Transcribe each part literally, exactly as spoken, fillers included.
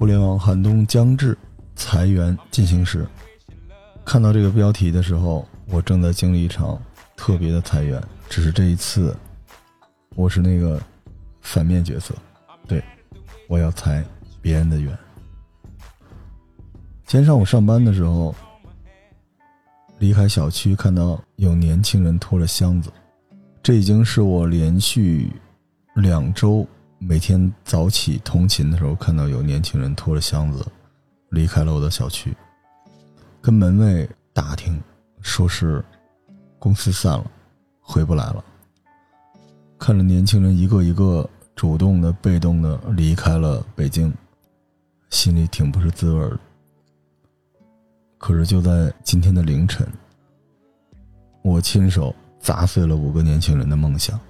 联网寒冬将至，裁员进行时。看到这个标题的时候，我正在经历一场特别的裁员，只是这一次我是那个反面角色，对，我要裁别人的员。今天上午上班的时候，离开小区看到有年轻人拖着箱子，这已经是我连续两周每天早起通勤的时候看到有年轻人拖着箱子离开了我的小区。跟门卫打听说是公司散了，回不来了。看着年轻人一个一个主动的被动的离开了北京，心里挺不是滋味的。可是就在今天的凌晨，我亲手砸碎了五个年轻人的梦想。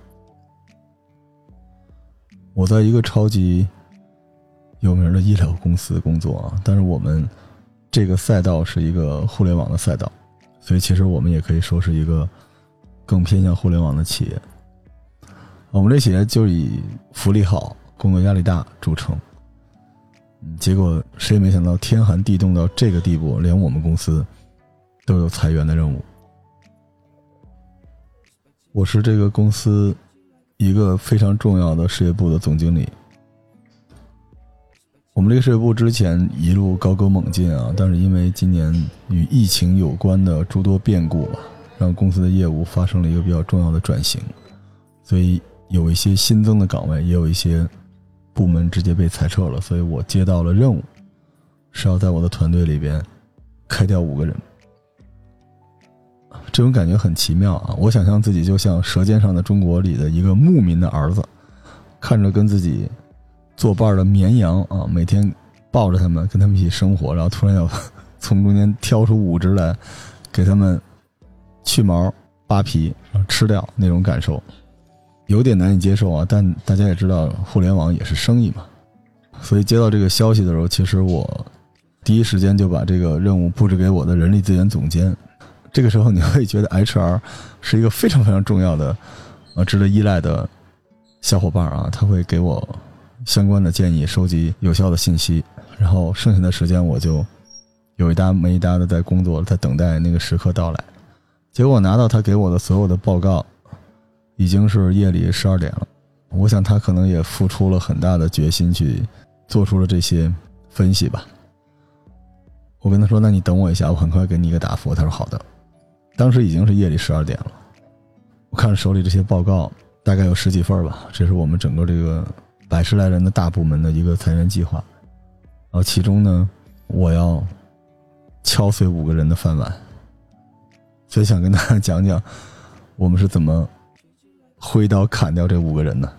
我在一个超级有名的医疗公司工作啊，但是我们这个赛道是一个互联网的赛道，所以其实我们也可以说是一个更偏向互联网的企业。我们这企业就以福利好、工作压力大著称。结果谁也没想到天寒地冻到这个地步，连我们公司都有裁员的任务。我是这个公司一个非常重要的事业部的总经理。我们这个事业部之前一路高歌猛进啊，但是因为今年与疫情有关的诸多变故吧，让公司的业务发生了一个比较重要的转型，所以有一些新增的岗位，也有一些部门直接被裁撤了，所以我接到了任务，是要在我的团队里边开掉五个人。这种感觉很奇妙啊！我想象自己就像《舌尖上的中国》里的一个牧民的儿子，看着跟自己作伴的绵羊啊，每天抱着他们跟他们一起生活，然后突然要从中间挑出五只来给他们去毛扒皮然后吃掉，那种感受有点难以接受啊。但大家也知道互联网也是生意嘛，所以接到这个消息的时候，其实我第一时间就把这个任务布置给我的人力资源总监。这个时候你会觉得 H R 是一个非常非常重要的呃值得依赖的小伙伴啊，他会给我相关的建议，收集有效的信息，然后剩下的时间我就有一搭没一搭的在工作，在等待那个时刻到来。结果我拿到他给我的所有的报告已经是夜里十二点了，我想他可能也付出了很大的决心去做出了这些分析吧。我跟他说那你等我一下，我很快给你一个答复。他说好的。当时已经是夜里十二点了，我看手里这些报告大概有十几份吧，这是我们整个这个百十来人的大部门的一个裁员计划。然后其中呢，我要敲碎五个人的饭碗，所以想跟大家讲讲我们是怎么挥刀砍掉这五个人的。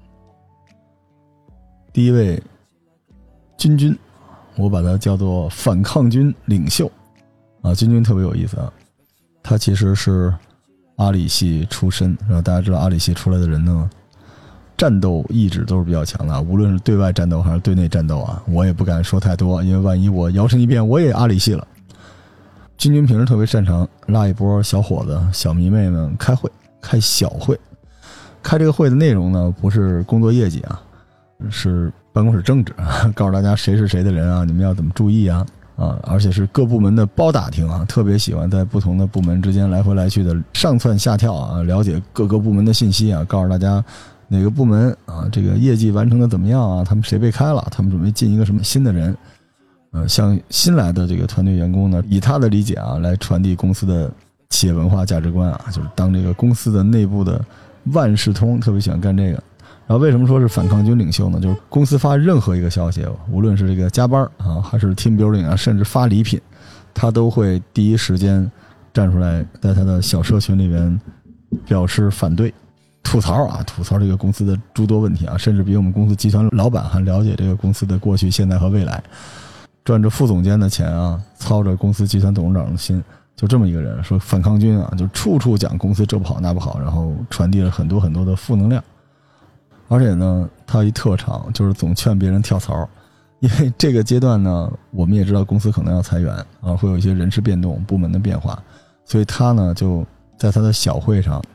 第一位君君，我把他叫做反抗军领袖啊，君君特别有意思啊。他其实是阿里系出身，然后大家知道阿里系出来的人呢，战斗意志都是比较强的，无论是对外战斗还是对内战斗啊，我也不敢说太多，因为万一我摇身一变我也阿里系了。君君平时特别擅长拉一波小伙子小迷妹们开会，开小会。开这个会的内容呢，不是工作业绩啊，是办公室政治，告诉大家谁是谁的人啊，你们要怎么注意啊啊！而且是各部门的包打听啊，特别喜欢在不同的部门之间来回来去的上蹿下跳啊，了解各个部门的信息啊，告诉大家哪个部门啊这个业绩完成的怎么样啊，他们谁被开了，他们准备进一个什么新的人。呃，像新来的这个团队员工呢，以他的理解啊，来传递公司的企业文化价值观啊，就是当这个公司的内部的万事通，特别喜欢干这个。然后为什么说是反抗军领袖呢？就是公司发任何一个消息，无论是这个加班啊，还是 team building 啊，甚至发礼品，他都会第一时间站出来，在他的小社群里面表示反对，吐槽啊，吐槽这个公司的诸多问题啊，甚至比我们公司集团老板还了解这个公司的过去、现在和未来，赚着副总监的钱啊，操着公司集团董事长的心，就这么一个人，说反抗军啊，就处处讲公司这不好那不好，然后传递了很多很多的负能量。而且呢，他一特长就是总劝别人跳槽，因为这个阶段呢，我们也知道公司可能要裁员啊，会有一些人事变动、部门的变化，所以他呢就在他的小会上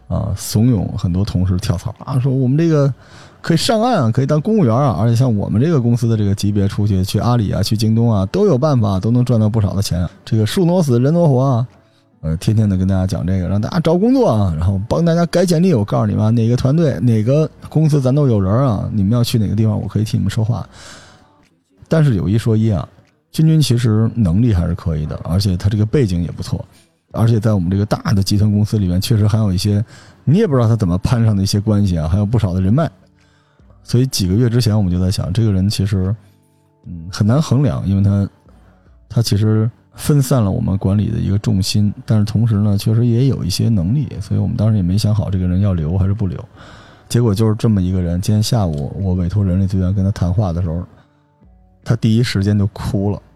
啊，怂恿很多同事跳槽啊，说我们这个可以上岸啊，可以当公务员啊，而且像我们这个公司的这个级别出去去阿里啊，去京东啊，都有办法，都能赚到不少的钱。这个树挪死，人挪活啊，呃，天天的跟大家讲这个，让大家找工作啊，然后帮大家改简历。我告诉你们，哪个团队、哪个公司咱都有人啊，你们要去哪个地方，我可以替你们说话。但是有一说一啊，君君其实能力还是可以的，而且他这个背景也不错。而且在我们这个大的集团公司里面，确实还有一些你也不知道他怎么攀上的一些关系啊，还有不少的人脉。所以几个月之前我们就在想，这个人其实嗯很难衡量，因为他他其实分散了我们管理的一个重心，但是同时呢确实也有一些能力，所以我们当时也没想好这个人要留还是不留。结果就是这么一个人，今天下午我委托人力资源跟他谈话的时候，他第一时间就哭了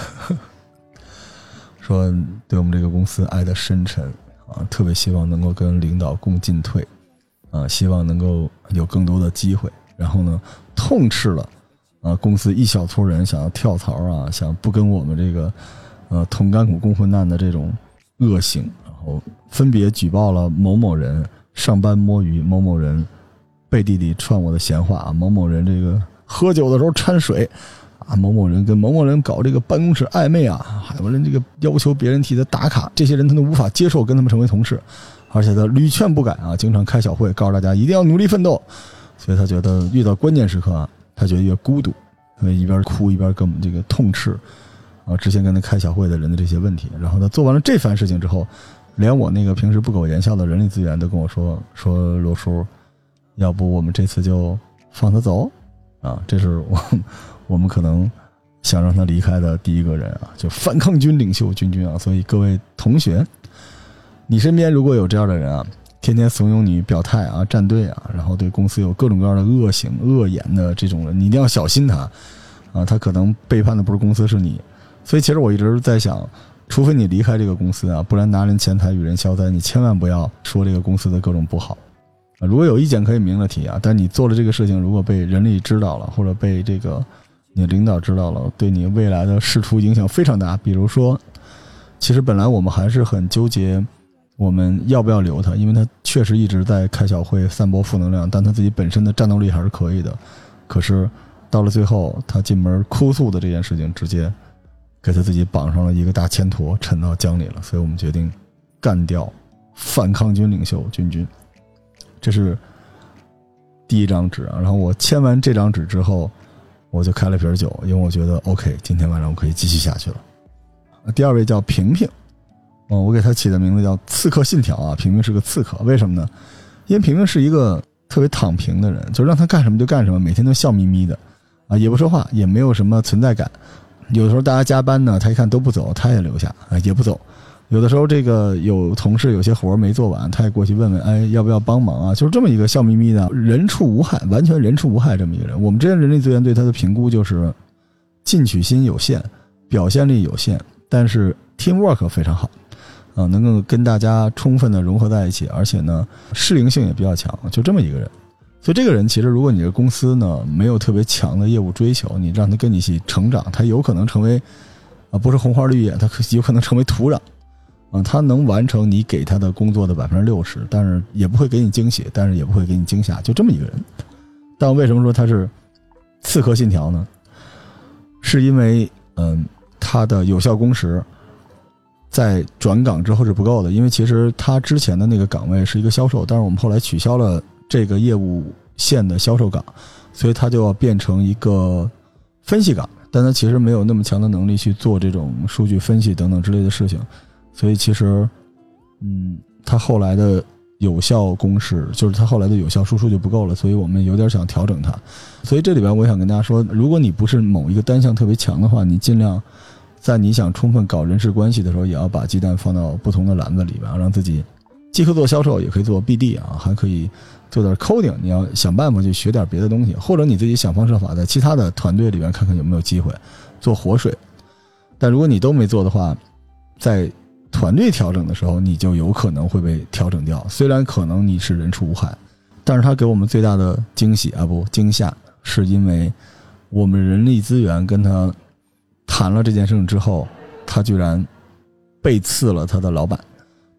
说对我们这个公司爱得深沉啊，特别希望能够跟领导共进退啊，希望能够有更多的机会。然后呢，痛斥了啊公司一小撮人想要跳槽啊，想不跟我们这个呃同甘苦共患难的这种恶行，然后分别举报了某某人上班摸鱼，某某人背地里串我的闲话啊，某某人这个喝酒的时候掺水啊，某某人跟某某人搞这个办公室暧昧啊，还有人这个要求别人替他打卡，这些人他都无法接受跟他们成为同事，而且他屡劝不改啊，经常开小会告诉大家一定要努力奋斗。所以他觉得遇到关键时刻啊，他觉得越孤独，所以一边哭一边跟我们这个痛斥啊之前跟他开小会的人的这些问题。然后他做完了这番事情之后，连我那个平时不苟言笑的人力资源都跟我说说罗叔，要不我们这次就放他走啊，这是我我们可能想让他离开的第一个人啊，就反抗军领袖君君啊。所以各位同学，你身边如果有这样的人啊，天天怂恿你表态啊、站队啊，然后对公司有各种各样的恶行、恶言的这种人，你一定要小心他啊！他可能背叛的不是公司，是你。所以其实我一直在想，除非你离开这个公司啊，不然拿人钱财与人消灾，你千万不要说这个公司的各种不好啊。如果有意见可以明了提啊，但你做了这个事情，如果被人力知道了，或者被这个你的领导知道了，对你未来的仕途影响非常大。比如说，其实本来我们还是很纠结我们要不要留他，因为他确实一直在开小会散播负能量，但他自己本身的战斗力还是可以的。可是到了最后，他进门哭诉的这件事情，直接给他自己绑上了一个大铅坨，沉到江里了。所以我们决定干掉反抗军领袖君君。这是第一张纸啊。然后我签完这张纸之后，我就开了瓶酒，因为我觉得 OK， 今天晚上我可以继续下去了。第二位叫平平。哦，我给他起的名字叫刺客信条啊，平平是个刺客，为什么呢？因为平平是一个特别躺平的人，就让他干什么就干什么，每天都笑眯眯的啊，也不说话，也没有什么存在感。有的时候大家加班呢，他一看都不走，他也留下啊，也不走。有的时候这个有同事有些活没做完，他也过去问问，哎，要不要帮忙啊？就是这么一个笑眯眯的，人畜无害，完全人畜无害这么一个人。我们这边人力资源对他的评估就是进取心有限，表现力有限，但是 teamwork 非常好。啊，能够跟大家充分的融合在一起，而且呢，适应性也比较强，就这么一个人。所以这个人其实，如果你的公司呢没有特别强的业务追求，你让他跟你一起成长，他有可能成为啊不是红花绿叶，他有可能成为土壤啊，他能完成你给他的工作的百分之六十，但是也不会给你惊喜，但是也不会给你惊吓，就这么一个人。但为什么说他是刺客信条呢？是因为嗯，他的有效工时在转岗之后是不够的，因为其实他之前的那个岗位是一个销售，但是我们后来取消了这个业务线的销售岗，所以他就要变成一个分析岗，但他其实没有那么强的能力去做这种数据分析等等之类的事情，所以其实嗯，他后来的有效工时就是他后来的有效输出就不够了，所以我们有点想调整它。所以这里边我想跟大家说，如果你不是某一个单项特别强的话，你尽量在你想充分搞人事关系的时候，也要把鸡蛋放到不同的篮子里边，让自己既可以做销售，也可以做 B D 啊，还可以做点 coding， 你要想办法去学点别的东西，或者你自己想方设法在其他的团队里边看看有没有机会做活水。但如果你都没做的话，在团队调整的时候，你就有可能会被调整掉。虽然可能你是人畜无害，但是他给我们最大的惊喜啊不惊吓，是因为我们人力资源跟他谈了这件事情之后，他居然背刺了他的老板，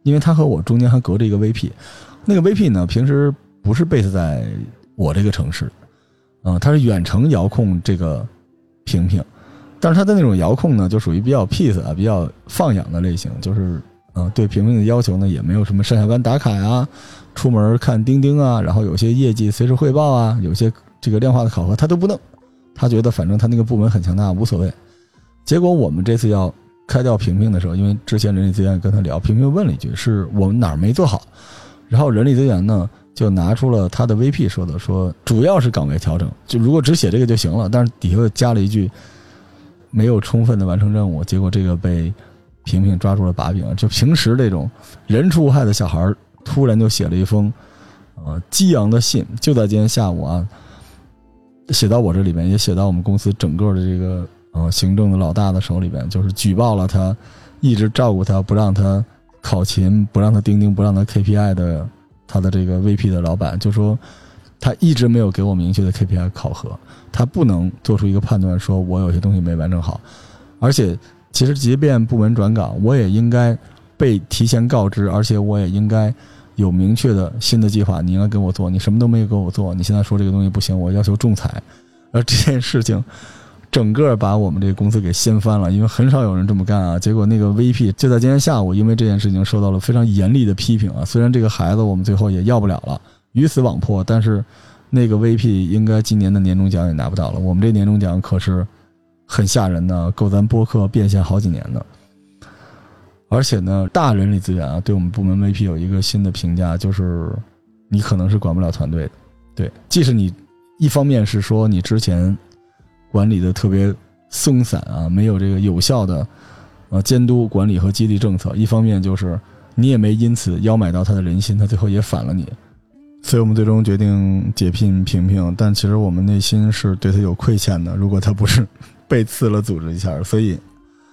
因为他和我中间还隔着一个 V P， 那个 V P 呢平时不是 base 在我这个城市，啊、呃，他是远程遥控这个萍萍，但是他的那种遥控呢就属于比较 peace 啊，比较放养的类型，就是呃对萍萍的要求呢也没有什么上下班打卡呀，出门看钉钉啊，然后有些业绩随时汇报啊，有些这个量化的考核他都不弄，他觉得反正他那个部门很强大无所谓。结果我们这次要开掉萍萍的时候，因为之前人力资源跟他聊，萍萍问了一句是我们哪儿没做好，然后人力资源呢就拿出了他的 V P 说的，说主要是岗位调整，就如果只写这个就行了，但是底下又加了一句没有充分的完成任务，结果这个被萍萍抓住了把柄。就平时这种人畜无害的小孩突然就写了一封呃激昂的信，就在今天下午啊写到我这里边，也写到我们公司整个的这个呃行政的老大的手里边，就是举报了他一直照顾他，不让他考勤，不让他钉钉，不让他 K P I 的他的这个 V P 的老板，就说他一直没有给我明确的 K P I 考核，他不能做出一个判断说我有些东西没完成好，而且其实即便部门转岗我也应该被提前告知，而且我也应该有明确的新的计划，你应该跟我做，你什么都没有跟我做，你现在说这个东西不行，我要求仲裁。而这件事情整个把我们这个公司给掀翻了，因为很少有人这么干啊。结果那个 V P 就在今天下午因为这件事情受到了非常严厉的批评啊。虽然这个孩子我们最后也要不了了，鱼死网破，但是那个 V P 应该今年的年终奖也拿不到了。我们这年终奖可是很吓人的，够咱播客变现好几年的。而且呢，大人力资源啊，对我们部门 V P 有一个新的评价，就是你可能是管不了团队的。对，即使你一方面是说你之前管理的特别松散啊，没有这个有效的呃监督管理和激励政策，一方面就是你也没因此邀买到他的人心，他最后也反了你。所以我们最终决定解聘萍萍，但其实我们内心是对他有亏欠的，如果他不是被刺了组织一下。所以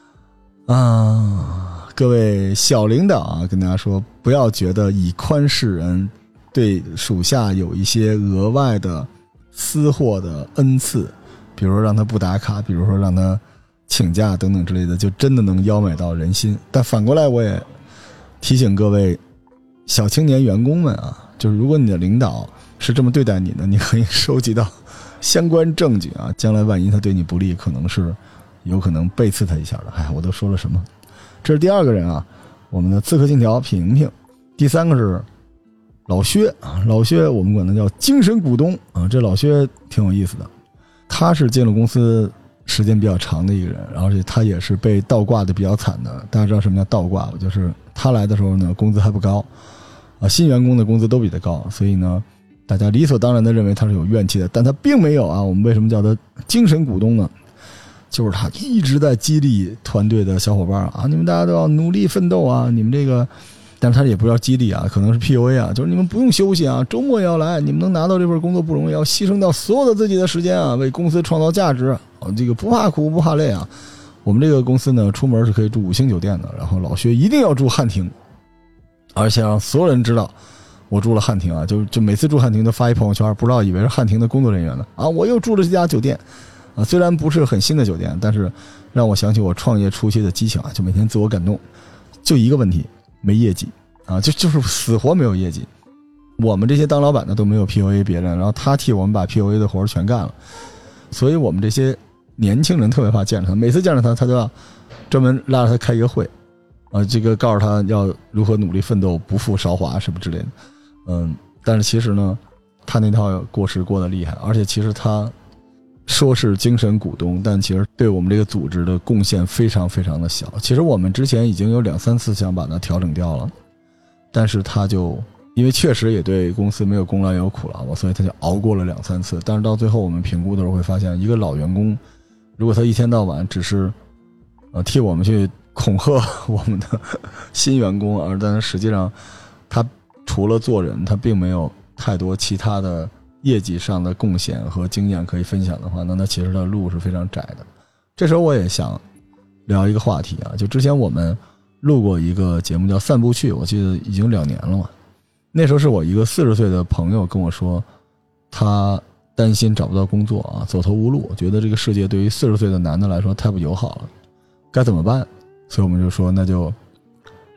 啊，各位小领导啊，跟大家说，不要觉得以宽示人，对属下有一些额外的私货的恩赐，比如说让他不打卡，比如说让他请假等等之类的，就真的能邀买到人心。但反过来我也提醒各位小青年员工们啊，就是如果你的领导是这么对待你的，你可以收集到相关证据啊，将来万一他对你不利，可能是有可能背刺他一下的。哎，我都说了什么？这是第二个人啊，我们的刺客信条萍萍。第三个是老薛啊，老薛我们管他叫精神股东啊，这老薛挺有意思的。他是进了公司时间比较长的一个人，而且他也是被倒挂的比较惨的。大家知道什么叫倒挂？就是他来的时候呢，工资还不高啊，新员工的工资都比他高，所以呢，大家理所当然的认为他是有怨气的，但他并没有啊。我们为什么叫他精神股东呢？就是他一直在激励团队的小伙伴啊，你们大家都要努力奋斗啊，你们这个，但是他也不要激励啊，可能是 P U A 啊，就是你们不用休息啊，周末也要来，你们能拿到这份工作不容易，要牺牲掉所有的自己的时间啊，为公司创造价值啊，这个不怕苦不怕累啊。我们这个公司呢，出门是可以住五星酒店的，然后老薛一定要住汉庭，而且让所有人知道我住了汉庭啊，就就每次住汉庭都发一朋友圈，不知道以为是汉庭的工作人员呢啊，我又住了这家酒店。啊，虽然不是很新的酒店，但是让我想起我创业初期的激情啊，就每天自我感动。就一个问题，没业绩啊，就就是死活没有业绩。我们这些当老板的都没有 P U A 别人，然后他替我们把 P U A 的活全干了。所以我们这些年轻人特别怕见着他，每次见着他，他就要专门拉着他开一个会，啊，这个告诉他要如何努力奋斗，不负韶华什么之类的。嗯，但是其实呢，他那套过时过得厉害，而且其实他说是精神股东，但其实对我们这个组织的贡献非常非常的小。其实我们之前已经有两三次想把它调整掉了，但是他就因为确实也对公司没有功劳也有苦劳，所以他就熬过了两三次。但是到最后我们评估的时候会发现，一个老员工如果他一天到晚只是呃替我们去恐吓我们的新员工，而但是实际上他除了做人，他并没有太多其他的业绩上的贡献和经验可以分享的话，那他其实的路是非常窄的。这时候我也想聊一个话题啊，就之前我们录过一个节目叫散步去，我记得已经两年了嘛。那时候是我一个四十岁的朋友跟我说，他担心找不到工作啊，走投无路，觉得这个世界对于四十岁的男的来说太不友好了，该怎么办？所以我们就说那就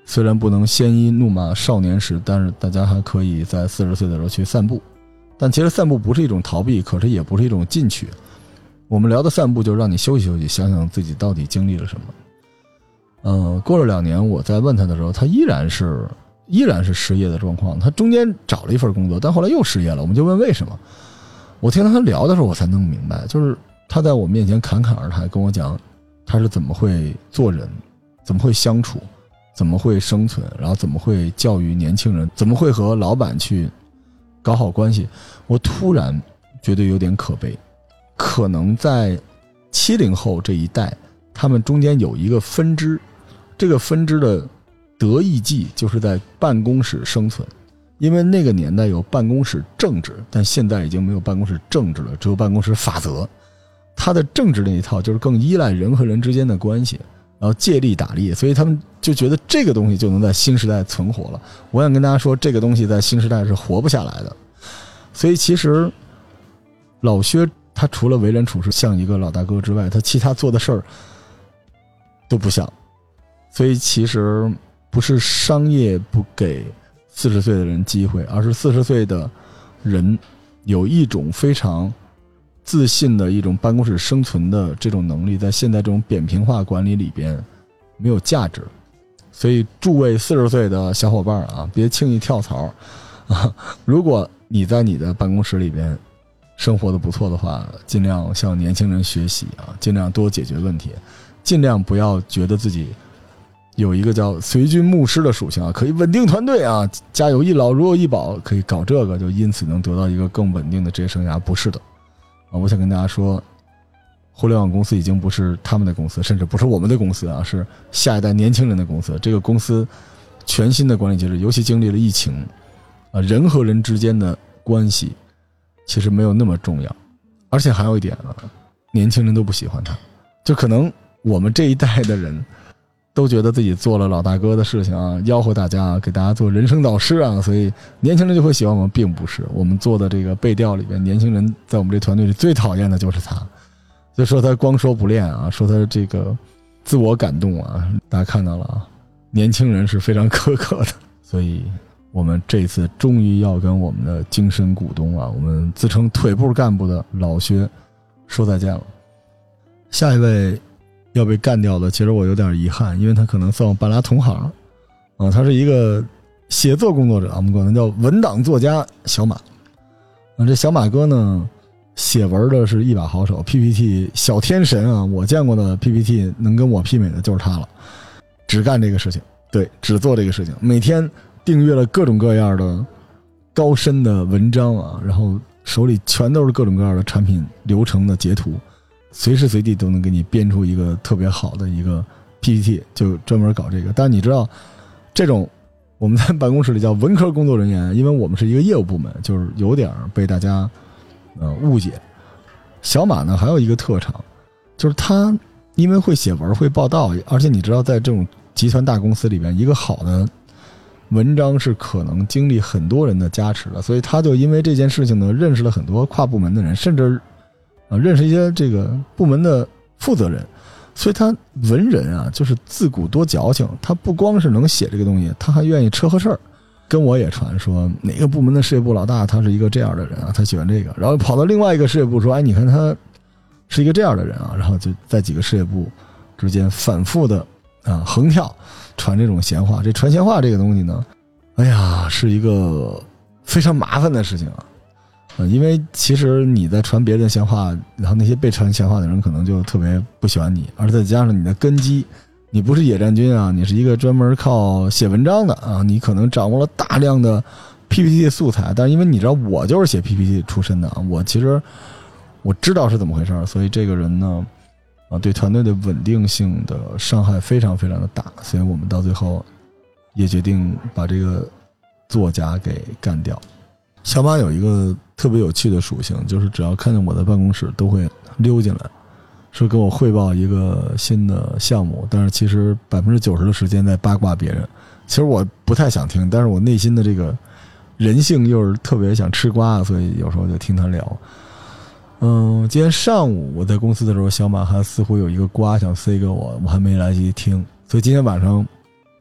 虽然不能鲜衣怒马少年时，但是大家还可以在四十岁的时候去散步。但其实散步不是一种逃避，可是也不是一种进取。我们聊的散步就是让你休息休息，想想自己到底经历了什么。呃，过了两年，我在问他的时候，他依然是依然是失业的状况。他中间找了一份工作，但后来又失业了。我们就问为什么？我听他聊的时候，我才弄明白，就是他在我面前侃侃而谈，跟我讲他是怎么会做人，怎么会相处，怎么会生存，然后怎么会教育年轻人，怎么会和老板去搞好关系。我突然觉得有点可悲，可能在七零后这一代，他们中间有一个分支，这个分支的得意计就是在办公室生存。因为那个年代有办公室政治，但现在已经没有办公室政治了，只有办公室法则。他的政治那一套就是更依赖人和人之间的关系，然后借力打力，所以他们就觉得这个东西就能在新时代存活了。我想跟大家说，这个东西在新时代是活不下来的。所以其实老薛他除了为人处事像一个老大哥之外，他其他做的事儿都不像。所以其实不是商业不给四十岁的人机会，而是四十岁的人有一种非常自信的一种办公室生存的这种能力，在现在这种扁平化管理里边没有价值。所以诸位四十岁的小伙伴啊，别轻易跳槽啊！如果你在你的办公室里边生活的不错的话，尽量向年轻人学习啊，尽量多解决问题，尽量不要觉得自己有一个叫随军牧师的属性啊，可以稳定团队啊，家有一老如有一宝，可以搞这个就因此能得到一个更稳定的职业生涯。不是的啊！我想跟大家说，互联网公司已经不是他们的公司，甚至不是我们的公司啊，是下一代年轻人的公司。这个公司全新的管理机制，尤其经历了疫情啊，人和人之间的关系其实没有那么重要。而且还有一点啊，年轻人都不喜欢他，就可能我们这一代的人都觉得自己做了老大哥的事情啊，吆喝大家，给大家做人生导师啊，所以年轻人就会喜欢我们。并不是，我们做的这个背调里边，年轻人在我们这团队里最讨厌的就是他。就说他光说不练啊，说他这个自我感动啊，大家看到了啊，年轻人是非常苛刻的。所以我们这一次终于要跟我们的精神股东啊，我们自称腿部干部的老薛说再见了。下一位要被干掉的，其实我有点遗憾，因为他可能算我半拉同行啊，他是一个写作工作者，我们管他叫文档作家小马。啊，这小马哥呢，写文的是一把好手 ，P P T 小天神啊，我见过的 P P T 能跟我媲美的就是他了，只干这个事情，对，只做这个事情，每天订阅了各种各样的高深的文章啊，然后手里全都是各种各样的产品流程的截图。随时随地都能给你编出一个特别好的一个 P P T， 就专门搞这个。但你知道，这种我们在办公室里叫文科工作人员，因为我们是一个业务部门，就是有点被大家呃误解。小马呢还有一个特长，就是他因为会写文会报道，而且你知道在这种集团大公司里边，一个好的文章是可能经历很多人的加持的，所以他就因为这件事情呢认识了很多跨部门的人，甚至啊，认识一些这个部门的负责人，所以他文人啊，就是自古多矫情。他不光是能写这个东西，他还愿意车和事儿。跟我也传说哪个部门的事业部老大，他是一个这样的人啊，他喜欢这个，然后跑到另外一个事业部说，哎，你看他是一个这样的人啊，然后就在几个事业部之间反复的啊横跳传这种闲话。这传闲话这个东西呢，哎呀，是一个非常麻烦的事情啊。呃，因为其实你在传别人的闲话，然后那些被传闲话的人可能就特别不喜欢你，而再加上你的根基，你不是野战军啊，你是一个专门靠写文章的啊，你可能掌握了大量的 P P T 素材，但是因为你知道我就是写 P P T 出身的啊，我其实我知道是怎么回事，所以这个人呢，啊，对团队的稳定性的伤害非常非常的大，所以我们到最后也决定把这个作家给干掉。小马有一个特别有趣的属性，就是只要看见我在办公室都会溜进来，说跟我汇报一个新的项目，但是其实百分之九十的时间在八卦别人。其实我不太想听，但是我内心的这个人性又是特别想吃瓜，所以有时候就听他聊。嗯，今天上午我在公司的时候，小马还似乎有一个瓜想塞给我，我还没来得及听，所以今天晚上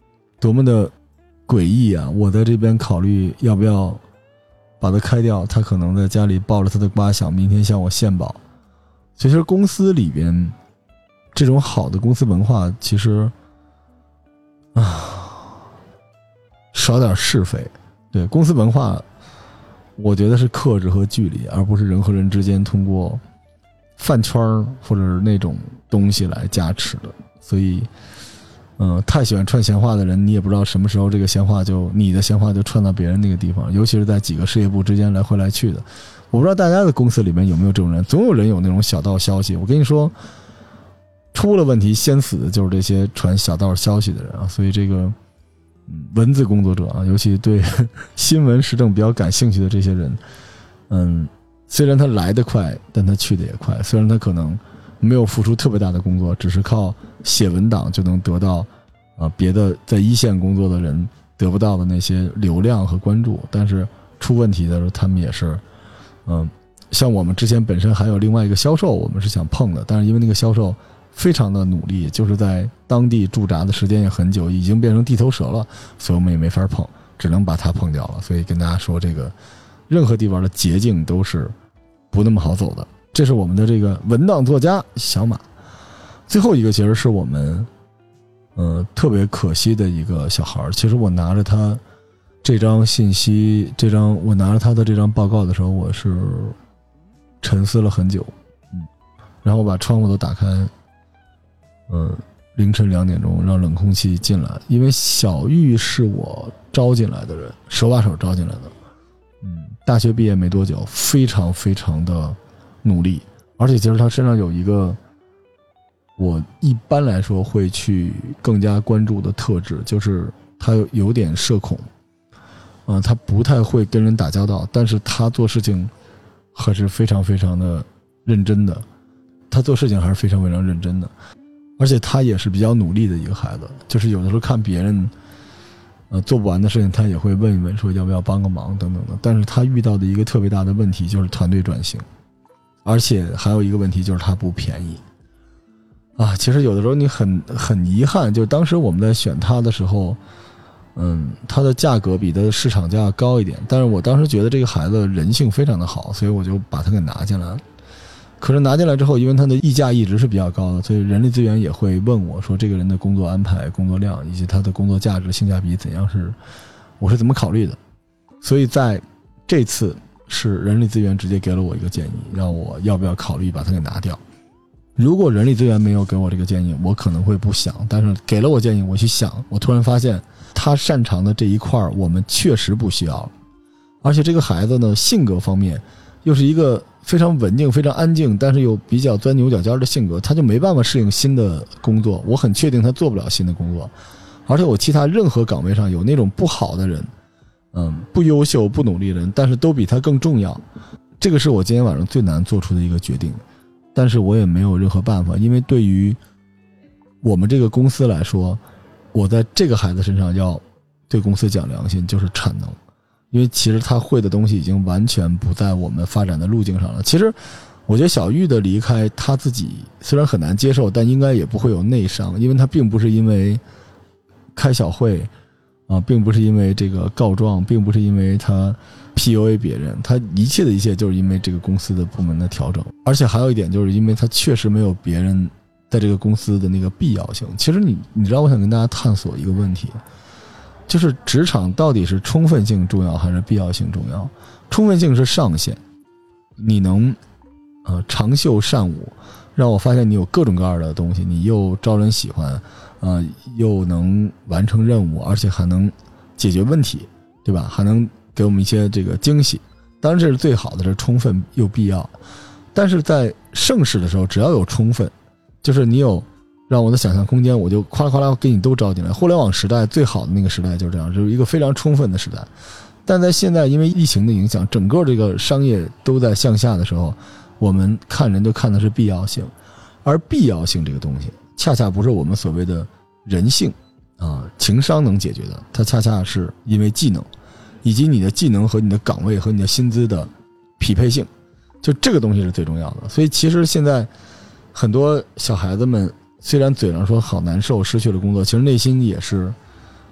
多么的诡异啊！我在这边考虑要不要把它开掉，他可能在家里抱着他的瓜想明天向我献宝。其实公司里边这种好的公司文化，其实啊少点是非。对，公司文化我觉得是克制和距离，而不是人和人之间通过饭圈或者那种东西来加持的。所以嗯、呃，太喜欢串闲话的人，你也不知道什么时候这个闲话就你的闲话就串到别人那个地方，尤其是在几个事业部之间来回来去的。我不知道大家的公司里面有没有这种人，总有人有那种小道消息。我跟你说，出了问题先死的就是这些传小道消息的人啊。所以这个文字工作者啊，尤其对新闻时政比较感兴趣的这些人，嗯，虽然他来得快，但他去得也快。虽然他可能没有付出特别大的工作，只是靠写文档就能得到啊、呃、别的在一线工作的人得不到的那些流量和关注，但是出问题的时候他们也是嗯、呃，像我们之前本身还有另外一个销售我们是想碰的，但是因为那个销售非常的努力，就是在当地驻扎的时间也很久，已经变成地头蛇了，所以我们也没法碰，只能把它碰掉了。所以跟大家说，这个任何地方的捷径都是不那么好走的。这是我们的这个文档作家小马。最后一个其实是我们呃特别可惜的一个小孩。其实我拿着他这张信息，这张我拿着他的这张报告的时候，我是沉思了很久，嗯，然后我把窗户都打开，嗯，凌晨两点钟让冷空气进来，因为小玉是我招进来的人，手把手招进来的，嗯，大学毕业没多久，非常非常的努力，而且其实他身上有一个我一般来说会去更加关注的特质，就是他有点社恐，嗯、呃，他不太会跟人打交道，但是他做事情还是非常非常的认真的，他做事情还是非常非常认真的，而且他也是比较努力的一个孩子，就是有的时候看别人呃做不完的事情，他也会问一问说要不要帮个忙等等的。但是他遇到的一个特别大的问题就是团队转型，而且还有一个问题就是他不便宜啊。其实有的时候你很很遗憾，就是当时我们在选他的时候，嗯，他的价格比他的市场价高一点，但是我当时觉得这个孩子人性非常的好，所以我就把他给拿进来了。可是拿进来之后，因为他的溢价一直是比较高的，所以人力资源也会问我说这个人的工作安排、工作量以及他的工作价值、性价比怎样，是我是怎么考虑的。所以在这次是人力资源直接给了我一个建议，让我要不要考虑把它给拿掉。如果人力资源没有给我这个建议，我可能会不想，但是给了我建议，我去想，我突然发现他擅长的这一块我们确实不需要，而且这个孩子呢，性格方面又是一个非常稳定、非常安静，但是又比较钻牛角尖的性格，他就没办法适应新的工作。我很确定他做不了新的工作，而且我其他任何岗位上有那种不好的人，嗯，不优秀、不努力的人，但是都比他更重要。这个是我今天晚上最难做出的一个决定，但是我也没有任何办法，因为对于我们这个公司来说，我在这个孩子身上要对公司讲良心，就是产能。因为其实他会的东西已经完全不在我们发展的路径上了。其实我觉得小玉的离开，他自己虽然很难接受，但应该也不会有内伤，因为他并不是因为开小会啊，并不是因为这个告状，并不是因为他 P U A 别人，他一切的一切就是因为这个公司的部门的调整。而且还有一点，就是因为他确实没有别人在这个公司的那个必要性。其实你你知道，我想跟大家探索一个问题，就是职场到底是充分性重要还是必要性重要？充分性是上限，你能呃长袖善舞，让我发现你有各种各样的东西，你又招人喜欢，呃又能完成任务，而且还能解决问题，对吧？还能给我们一些这个惊喜。当然这是最好的，是充分又必要。但是在盛世的时候，只要有充分，就是你有让我的想象空间，我就夸啦夸啦给你都招进来。互联网时代最好的那个时代就是这样，就是一个非常充分的时代。但在现在因为疫情的影响，整个这个商业都在向下的时候，我们看人就看的是必要性，而必要性这个东西恰恰不是我们所谓的人性啊情商能解决的，它恰恰是因为技能以及你的技能和你的岗位和你的薪资的匹配性，就这个东西是最重要的。所以其实现在很多小孩子们虽然嘴上说好难受，失去了工作，其实内心也是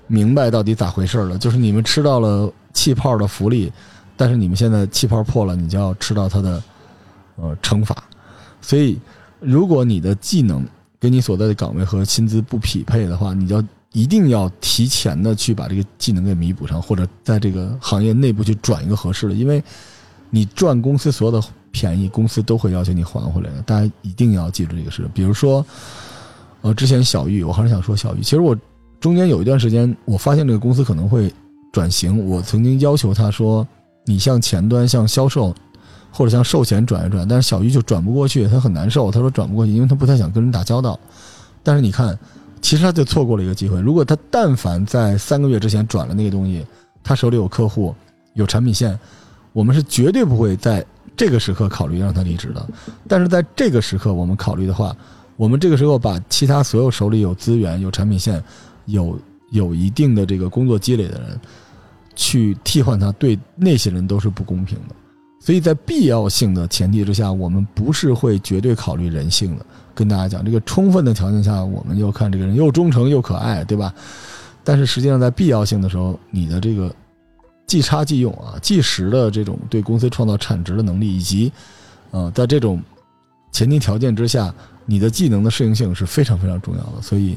明白到底咋回事了，就是你们吃到了气泡的福利，但是你们现在气泡破了，你就要吃到它的呃惩罚。所以如果你的技能跟你所在的岗位和薪资不匹配的话，你就要一定要提前的去把这个技能给弥补上，或者在这个行业内部去转一个合适的，因为你赚公司所有的便宜，公司都会要求你还回来的，大家一定要记住这个事。比如说呃，之前小玉，我还是想说小玉，其实我中间有一段时间我发现这个公司可能会转型，我曾经要求他说你向前端向销售或者向售前转一转，但是小玉就转不过去，他很难受，他说转不过去，因为他不太想跟人打交道。但是你看其实他就错过了一个机会，如果他但凡在三个月之前转了那个东西，他手里有客户有产品线，我们是绝对不会在这个时刻考虑让他离职的。但是在这个时刻我们考虑的话，我们这个时候把其他所有手里有资源有产品线有有一定的这个工作积累的人去替换他，对那些人都是不公平的。所以在必要性的前提之下，我们不是会绝对考虑人性的。跟大家讲，这个充分的条件下，我们要看这个人又忠诚又可爱，对吧？但是实际上在必要性的时候，你的这个即插即用啊，即时的这种对公司创造产值的能力，以及呃，在这种前提条件之下，你的技能的适应性是非常非常重要的。所以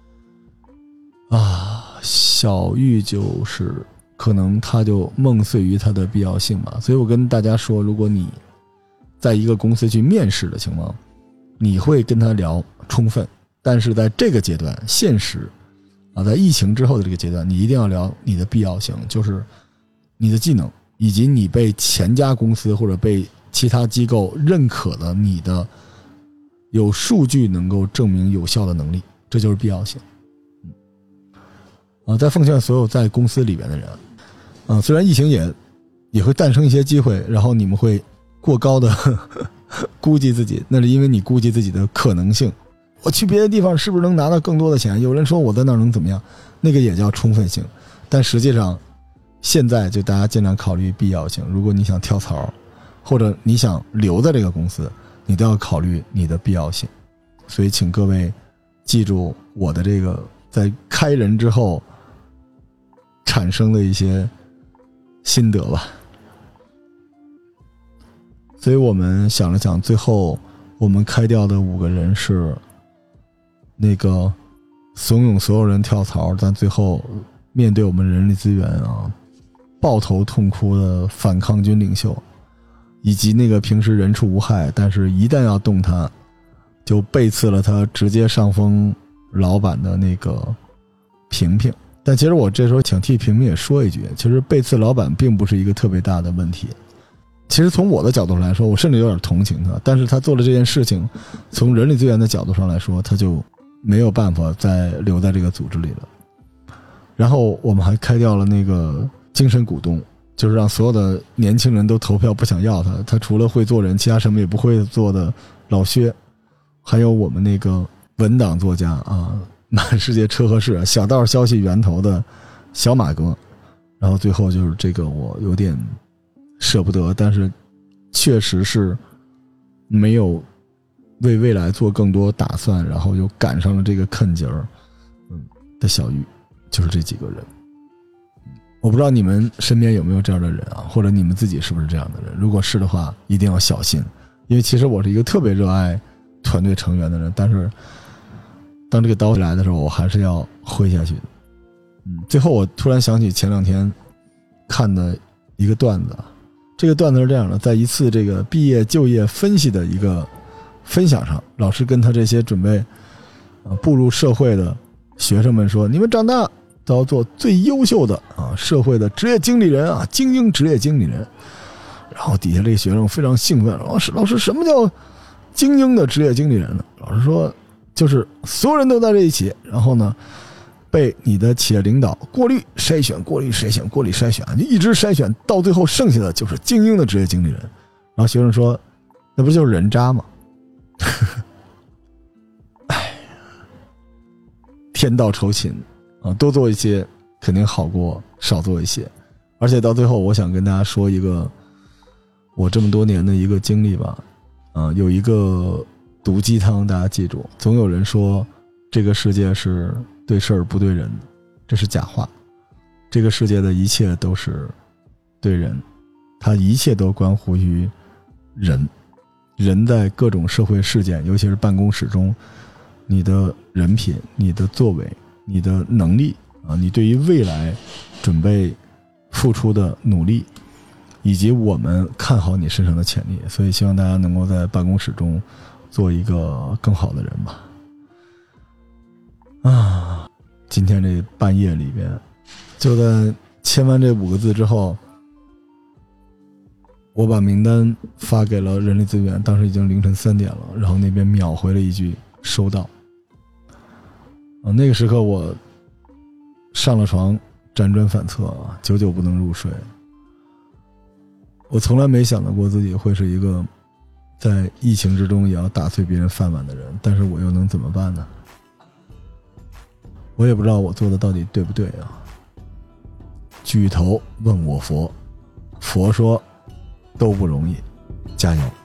啊，小玉就是可能他就梦碎于它的必要性吧。所以我跟大家说，如果你在一个公司去面试的情况，你会跟他聊充分，但是在这个阶段，现实啊，在疫情之后的这个阶段，你一定要聊你的必要性，就是你的技能以及你被前家公司或者被其他机构认可的你的有数据能够证明有效的能力，这就是必要性。啊，再奉劝所有在公司里边的人啊，虽然疫情也也会诞生一些机会，然后你们会过高的估计自己，那是因为你估计自己的可能性。我去别的地方是不是能拿到更多的钱？有人说我在那儿能怎么样？那个也叫充分性。但实际上，现在就大家尽量考虑必要性。如果你想跳槽，或者你想留在这个公司，你都要考虑你的必要性。所以，请各位记住我的这个在开人之后产生的一些心得吧。所以我们想了想，最后我们开掉的五个人是那个怂恿所有人跳槽，但最后面对我们人力资源啊抱头痛哭的反抗军领袖，以及那个平时人畜无害，但是一旦要动他就背刺了他直接上峰老板的那个平平。但其实我这时候想替平平也说一句，其实背刺老板并不是一个特别大的问题。其实从我的角度上来说，我甚至有点同情他，但是他做了这件事情，从人力资源的角度上来说，他就没有办法再留在这个组织里了。然后我们还开掉了那个精神股东，就是让所有的年轻人都投票不想要他，他除了会做人其他什么也不会做的老薛，还有我们那个文档作家啊，满世界车和事小道消息源头的小马哥。然后最后就是这个我有点舍不得，但是确实是没有为未来做更多打算，然后又赶上了这个坑劲儿嗯的小玉，就是这几个人。我不知道你们身边有没有这样的人啊，或者你们自己是不是这样的人？如果是的话，一定要小心，因为其实我是一个特别热爱团队成员的人，但是当这个刀来的时候，我还是要挥下去的。嗯，最后我突然想起前两天看的一个段子，这个段子是这样的，在一次这个毕业就业分析的一个分享上，老师跟他这些准备呃步入社会的学生们说，你们长大都要做最优秀的啊社会的职业经理人啊，精英职业经理人。然后底下这个学生非常兴奋，老师老师什么叫精英的职业经理人呢？老师说就是所有人都在这一起，然后呢被你的企业领导过滤筛选过滤筛选过滤筛选，就一直筛选到最后剩下的就是精英的职业经理人。然后学生说那不就是人渣吗？哎，天道酬勤啊，多做一些肯定好过少做一些。而且到最后我想跟大家说一个我这么多年的一个经历吧。啊，有一个毒鸡汤大家记住，总有人说这个世界是对事儿不对人， 这是假话。这个世界的一切都是对人，它一切都关乎于人。人在各种社会事件，尤其是办公室中，你的人品、你的作为、你的能力啊，你对于未来准备付出的努力，以及我们看好你身上的潜力。所以希望大家能够在办公室中做一个更好的人吧。啊，今天这半夜里边，就在签完这五个字之后，我把名单发给了人力资源，当时已经凌晨三点了，然后那边秒回了一句收到。啊，那个时刻我上了床，辗转反侧，久久不能入睡。我从来没想到过自己会是一个在疫情之中也要打碎别人饭碗的人，但是我又能怎么办呢？我也不知道我做的到底对不对啊。举头问我佛，佛说都不容易，加油。